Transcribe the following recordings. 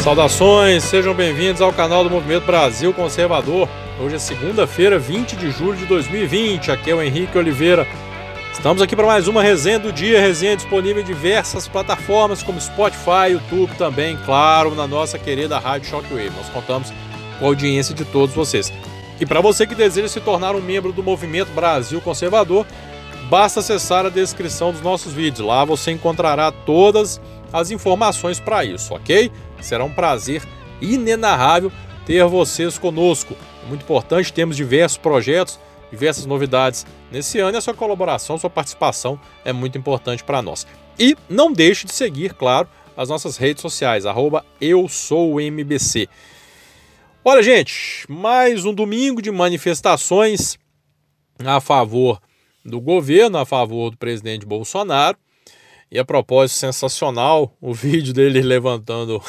Saudações, sejam bem-vindos ao canal do Movimento Brasil Conservador. Hoje é segunda-feira, 20 de julho de 2020. Aqui é o Henrique Oliveira. Estamos aqui para mais uma resenha do dia, resenha disponível em diversas plataformas como Spotify, YouTube também, claro, na nossa querida Rádio Shockwave. Nós contamos com a audiência de todos vocês. E para você que deseja se tornar um membro do Movimento Brasil Conservador, basta acessar a descrição dos nossos vídeos. Lá você encontrará todas as informações para isso, ok? Será um prazer inenarrável ter vocês conosco. É muito importante, temos diversos projetos, diversas novidades nesse ano e a sua colaboração, sua participação é muito importante para nós. E não deixe de seguir, claro, as nossas redes sociais, @EuSouMBC. Olha, gente, mais um domingo de manifestações a favor do governo, a favor do presidente Bolsonaro. E a propósito, sensacional o vídeo dele levantando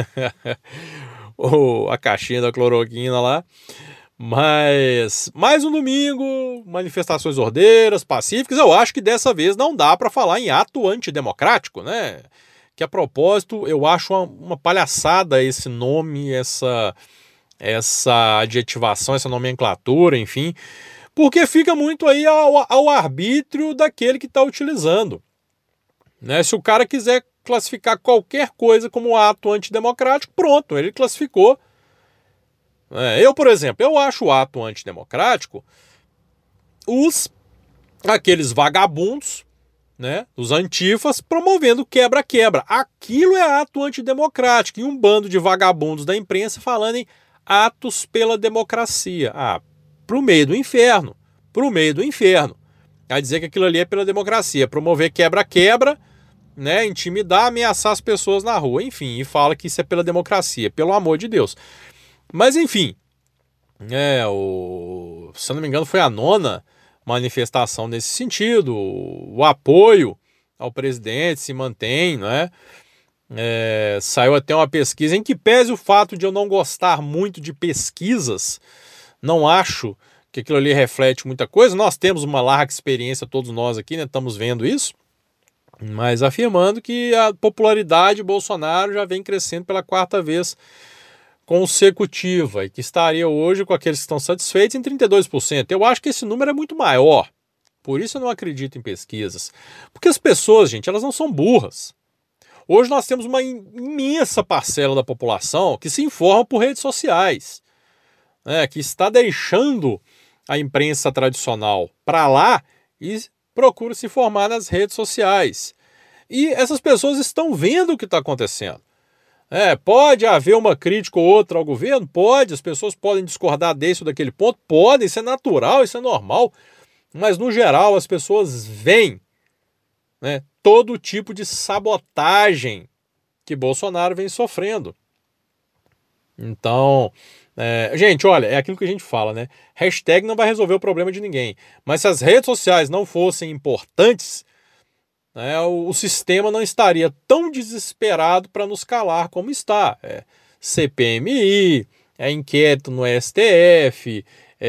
a caixinha da cloroquina lá. Mas mais um domingo, manifestações ordeiras, pacíficas. Eu acho que dessa vez não dá para falar em ato antidemocrático, né? Que a propósito, eu acho uma palhaçada esse nome, essa adjetivação, essa nomenclatura, enfim. Porque fica muito aí ao arbítrio daquele que está utilizando. Né? Se o cara quiser classificar qualquer coisa como ato antidemocrático, pronto, ele classificou. Eu, por exemplo, eu acho o ato antidemocrático aqueles vagabundos, né, os antifas, promovendo quebra-quebra. Aquilo é ato antidemocrático. E um bando de vagabundos da imprensa falando em atos pela democracia. Pro meio do inferno. Pro meio do inferno. Vai dizer que aquilo ali é pela democracia. Promover quebra-quebra, né, intimidar, ameaçar as pessoas na rua. Enfim, e fala que isso é pela democracia. Pelo amor de Deus. Mas enfim, se eu não me engano foi a 9ª manifestação nesse sentido. O apoio ao presidente se mantém, né? Saiu até uma pesquisa em que, pese o fato de eu não gostar muito de pesquisas, não acho que aquilo ali reflete muita coisa. Nós temos uma larga experiência, todos nós aqui, né? Estamos vendo isso, mas afirmando que a popularidade de Bolsonaro já vem crescendo pela 4ª vez consecutiva e que estaria hoje, com aqueles que estão satisfeitos, em 32%. Eu acho que esse número é muito maior. Por isso eu não acredito em pesquisas. Porque as pessoas, gente, elas não são burras. Hoje nós temos uma imensa parcela da população que se informa por redes sociais, né, que está deixando a imprensa tradicional para lá e procura se informar nas redes sociais. E essas pessoas estão vendo o que está acontecendo. Pode haver uma crítica ou outra ao governo? Pode, as pessoas podem discordar desse ou daquele ponto? Podem, isso é natural, isso é normal. Mas, no geral, as pessoas veem, né, todo tipo de sabotagem que Bolsonaro vem sofrendo. Então, gente, olha, é aquilo que a gente fala, né? Hashtag não vai resolver o problema de ninguém. Mas se as redes sociais não fossem importantes, o sistema não estaria tão desesperado para nos calar como está. CPMI, inquérito no STF,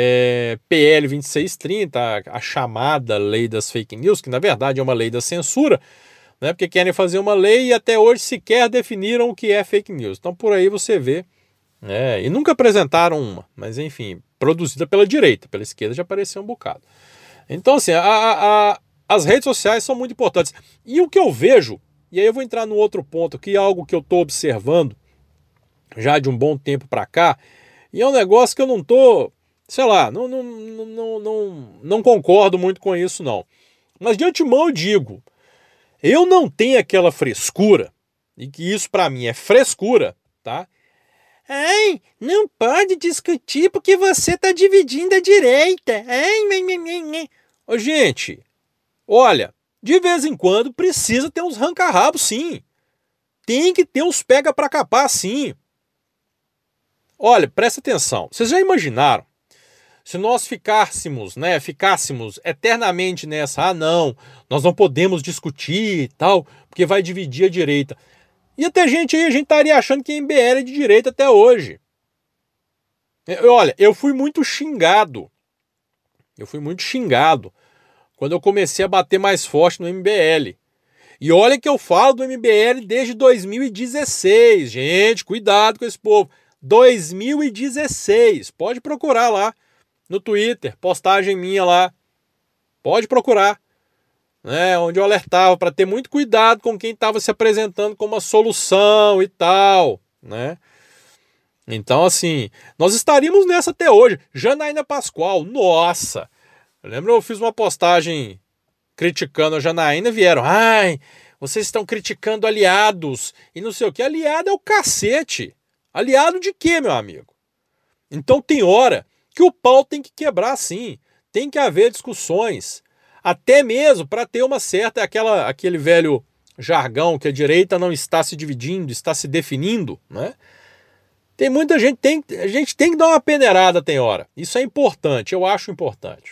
PL 2630, a chamada lei das fake news, que na verdade é uma lei da censura, né, porque querem fazer uma lei e até hoje sequer definiram o que é fake news. Então por aí você vê, e nunca apresentaram uma, mas enfim, produzida pela direita, pela esquerda já apareceu um bocado. Então assim, as redes sociais são muito importantes. E o que eu vejo, e aí eu vou entrar no outro ponto, que é algo que eu estou observando já de um bom tempo para cá, e é um negócio que eu não estou, sei lá, não concordo muito com isso não. Mas de antemão eu digo, eu não tenho aquela frescura, e que isso para mim é frescura, tá? Ai, não pode discutir porque você está dividindo a direita. Ô, gente, olha, de vez em quando precisa ter uns ranca-rabos, sim. Tem que ter uns pega pra capar, sim. Olha, presta atenção. Vocês já imaginaram se nós ficássemos eternamente nessa, não, nós não podemos discutir e tal, porque vai dividir a direita. E até gente aí, a gente estaria achando que a MBL é de direita até hoje. Olha, eu fui muito xingado. Quando eu comecei a bater mais forte no MBL. E olha que eu falo do MBL desde 2016. Gente, cuidado com esse povo. 2016. Pode procurar lá no Twitter, postagem minha lá. Pode procurar. Né, onde eu alertava para ter muito cuidado com quem estava se apresentando como uma solução e tal. Né? Então, assim, nós estaríamos nessa até hoje. Janaína Pascoal, nossa! Eu lembro, eu fiz uma postagem criticando a Janaína, vieram, ai, vocês estão criticando aliados e não sei o que. Aliado é o cacete. Aliado de quê, meu amigo? Então tem hora que o pau tem que quebrar sim. Tem que haver discussões. Até mesmo para ter uma certa, aquele velho jargão que a direita não está se dividindo, está se definindo, né? Tem muita gente, a gente tem que dar uma peneirada tem hora. Isso é importante, eu acho importante.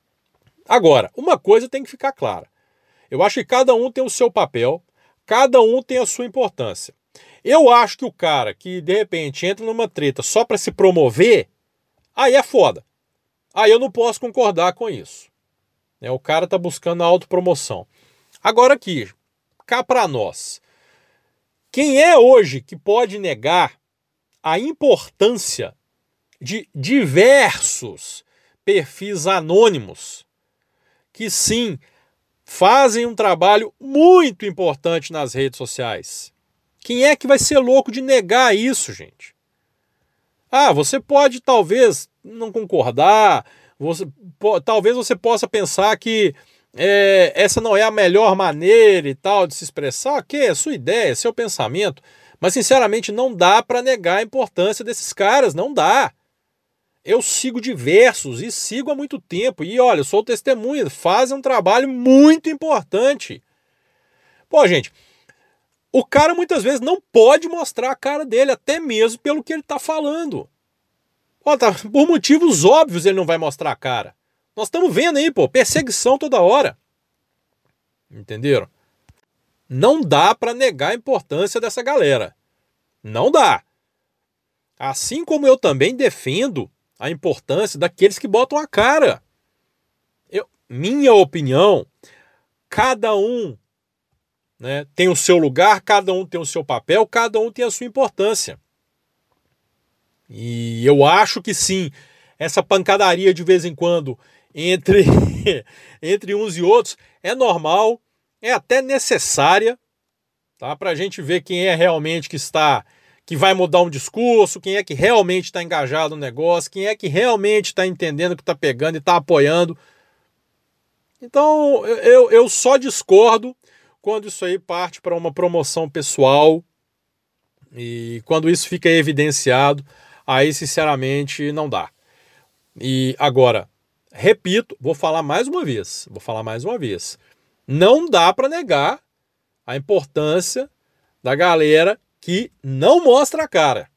Agora, uma coisa tem que ficar clara. Eu acho que cada um tem o seu papel, cada um tem a sua importância. Eu acho que o cara que, de repente, entra numa treta só para se promover, aí é foda. Aí eu não posso concordar com isso. O cara tá buscando a autopromoção. Agora aqui, cá para nós. Quem é hoje que pode negar a importância de diversos perfis anônimos que sim fazem um trabalho muito importante nas redes sociais? Quem é que vai ser louco de negar isso, gente? Ah, você pode talvez não concordar, talvez você possa pensar que essa não é a melhor maneira e tal de se expressar, ok, é sua ideia, é seu pensamento, mas sinceramente não dá para negar a importância desses caras, não dá. Eu sigo diversos e sigo há muito tempo e olha, eu sou testemunha, fazem um trabalho muito importante. Pô, gente, o cara muitas vezes não pode mostrar a cara dele, até mesmo pelo que ele está falando. Ó, tá, por motivos óbvios ele não vai mostrar a cara. Nós estamos vendo aí, pô, perseguição toda hora. Entenderam? Não dá para negar a importância dessa galera. Não dá. Assim como eu também defendo a importância daqueles que botam a cara. Minha opinião, cada um, né, tem o seu lugar, cada um tem o seu papel, cada um tem a sua importância. E eu acho que sim, essa pancadaria de vez em quando entre, entre uns e outros é normal, é até necessária, tá? Para a gente ver quem é realmente que vai mudar um discurso, quem é que realmente está engajado no negócio, quem é que realmente está entendendo o que está pegando e está apoiando. Então eu só discordo quando isso aí parte para uma promoção pessoal e quando isso fica evidenciado, aí sinceramente não dá. E agora, repito, vou falar mais uma vez, não dá para negar a importância da galera que não mostra a cara.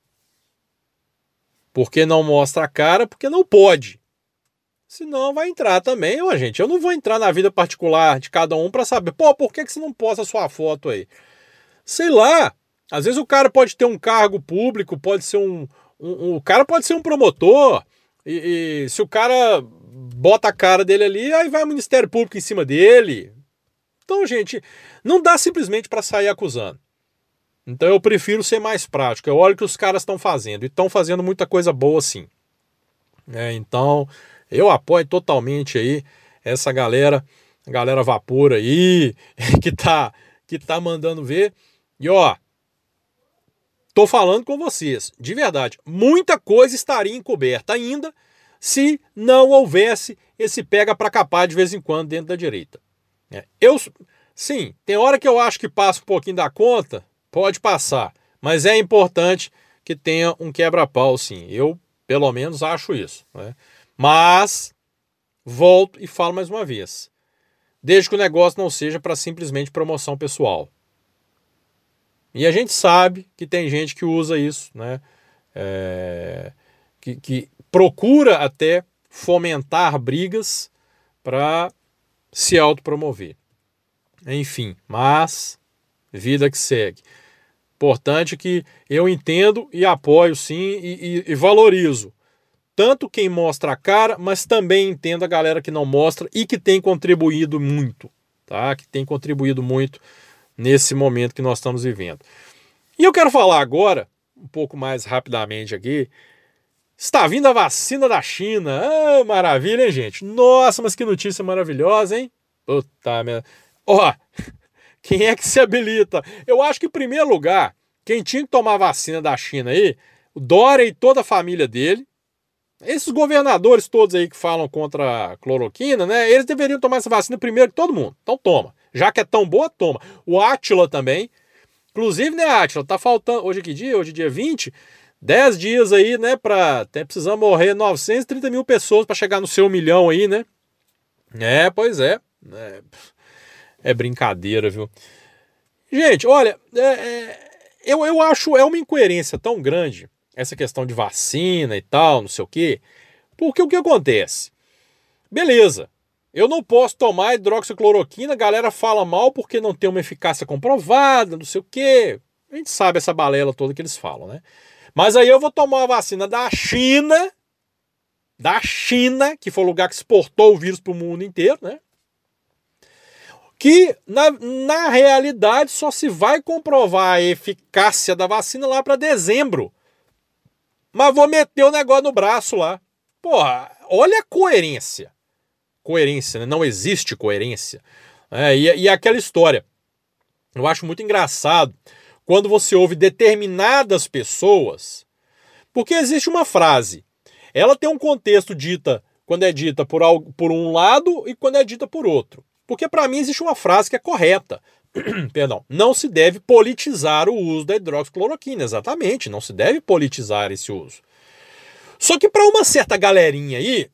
Por que não mostra a cara? Porque não pode. Senão vai entrar também, gente, eu não vou entrar na vida particular de cada um para saber, pô, por que você não posta a sua foto aí? Sei lá, às vezes o cara pode ter um cargo público, pode ser o cara pode ser um promotor, e se o cara bota a cara dele ali, aí vai o Ministério Público em cima dele. Então, gente, não dá simplesmente para sair acusando. Então eu prefiro ser mais prático. Eu olho o que os caras estão fazendo, e estão fazendo muita coisa boa sim. Então eu apoio totalmente aí essa galera, a galera vapor aí, que tá mandando ver. E ó, tô falando com vocês, de verdade, muita coisa estaria encoberta ainda se não houvesse esse pega pra capar de vez em quando dentro da direita. Sim, tem hora que eu acho que passa um pouquinho da conta, pode passar, mas é importante que tenha um quebra-pau, sim. Eu, pelo menos, acho isso, né? Mas, volto e falo mais uma vez, desde que o negócio não seja para simplesmente promoção pessoal. E a gente sabe que tem gente que usa isso, né? Que procura até fomentar brigas para se autopromover. Enfim, mas vida que segue. Importante que eu entendo e apoio sim e valorizo tanto quem mostra a cara, mas também entendo a galera que não mostra e que tem contribuído muito, tá? Que tem contribuído muito nesse momento que nós estamos vivendo. E eu quero falar agora, um pouco mais rapidamente aqui, está vindo a vacina da China. Ah, maravilha, hein, gente? Nossa, mas que notícia maravilhosa, hein? Puta merda. Ó, quem é que se habilita? Eu acho que, em primeiro lugar, quem tinha que tomar a vacina da China aí, o Dória e toda a família dele, esses governadores todos aí que falam contra a cloroquina, né? Eles deveriam tomar essa vacina primeiro que todo mundo. Então toma. Já que é tão boa, toma. O Átila também. Inclusive, né, Átila? Tá faltando... Hoje que dia? Hoje é dia 20. 10 dias aí, né? Precisamos morrer 930 mil pessoas para chegar no seu 1 milhão aí, né? Pois é. É brincadeira, viu? Gente, olha, eu acho uma incoerência tão grande essa questão de vacina e tal, não sei o quê. Porque o que acontece? Beleza, eu não posso tomar hidroxicloroquina, a galera fala mal porque não tem uma eficácia comprovada, não sei o quê. A gente sabe essa balela toda que eles falam, né? Mas aí eu vou tomar a vacina da China, que foi o lugar que exportou o vírus para o mundo inteiro, né? Que, na realidade, só se vai comprovar a eficácia da vacina lá para dezembro. Mas vou meter o negócio no braço lá. Porra, olha a coerência. Coerência, né? Não existe coerência. E aquela história. Eu acho muito engraçado quando você ouve determinadas pessoas. Porque existe uma frase. Ela tem um contexto dita quando é dita por um lado e quando é dita por outro. Porque para mim existe uma frase que é correta. Perdão, não se deve politizar o uso da hidroxicloroquina. Exatamente, não se deve politizar esse uso. Só que para uma certa galerinha aí,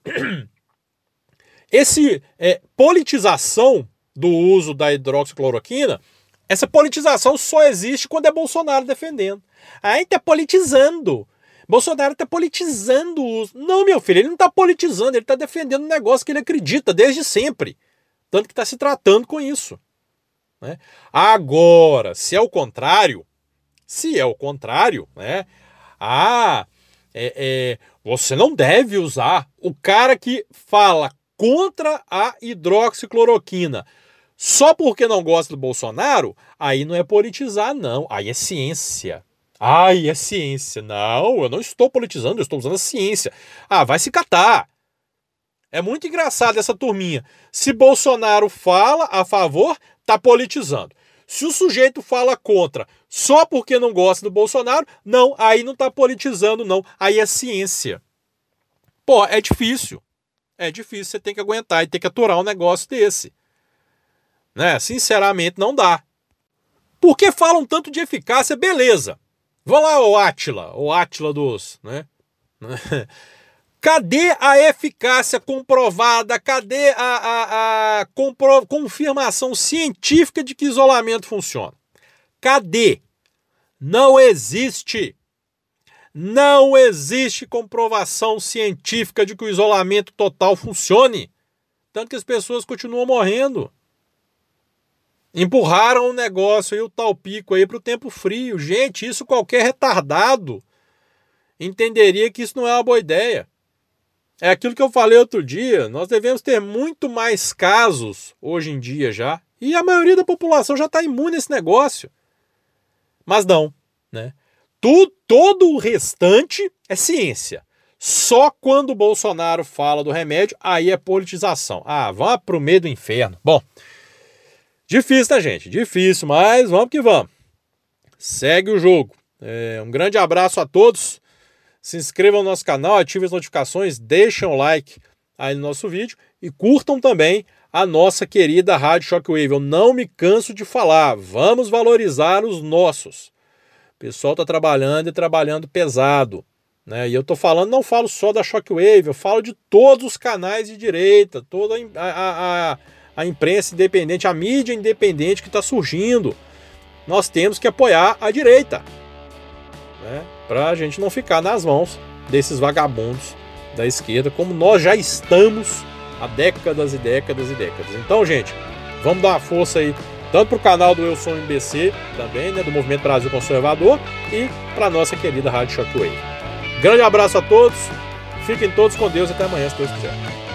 politização do uso da hidroxicloroquina, essa politização só existe quando é Bolsonaro defendendo. Aí tá politizando. Bolsonaro tá politizando o uso. Não, meu filho, ele não tá politizando, ele tá defendendo um negócio que ele acredita desde sempre. Tanto que está se tratando com isso. Né? Agora, se é o contrário, né? Você não deve usar o cara que fala contra a hidroxicloroquina só porque não gosta do Bolsonaro, aí não é politizar, não. Aí é ciência. É ciência. Não, eu não estou politizando, eu estou usando a ciência. Vai se catar. É muito engraçado essa turminha. Se Bolsonaro fala a favor, tá politizando. Se o sujeito fala contra só porque não gosta do Bolsonaro, não, aí não tá politizando, não. Aí é ciência. Pô, é difícil. É difícil, você tem que aguentar e tem que aturar um negócio desse. Né? Sinceramente, não dá. Porque falam tanto de eficácia, beleza. Vamos lá, o Átila dos... né? Cadê a eficácia comprovada? Cadê a confirmação científica de que isolamento funciona? Cadê? Não existe. Não existe comprovação científica de que o isolamento total funcione. Tanto que as pessoas continuam morrendo. Empurraram o negócio e o tal pico aí para o tempo frio. Gente, isso qualquer retardado entenderia que isso não é uma boa ideia. É aquilo que eu falei outro dia, nós devemos ter muito mais casos hoje em dia já, e a maioria da população já está imune a esse negócio. Mas não, né? Todo o restante é ciência. Só quando o Bolsonaro fala do remédio, aí é politização. Vá pro meio do inferno. Bom, difícil, né, gente? Difícil, mas vamos que vamos. Segue o jogo. Um grande abraço a todos. Se inscrevam no nosso canal, ativem as notificações, deixem um like aí no nosso vídeo e curtam também a nossa querida Rádio Shockwave. Eu não me canso de falar, vamos valorizar os nossos. O pessoal está trabalhando e trabalhando pesado. Né? E eu estou falando, não falo só da Shockwave, eu falo de todos os canais de direita, toda a imprensa independente, a mídia independente que está surgindo. Nós temos que apoiar a direita. Né? Para a gente não ficar nas mãos desses vagabundos da esquerda, como nós já estamos há décadas e décadas e décadas. Então, gente, vamos dar uma força aí, tanto para o canal do Eu Sou MBC, também, né, do Movimento Brasil Conservador, e para a nossa querida Rádio Shockwave. Grande abraço a todos, fiquem todos com Deus e até amanhã, se Deus quiser.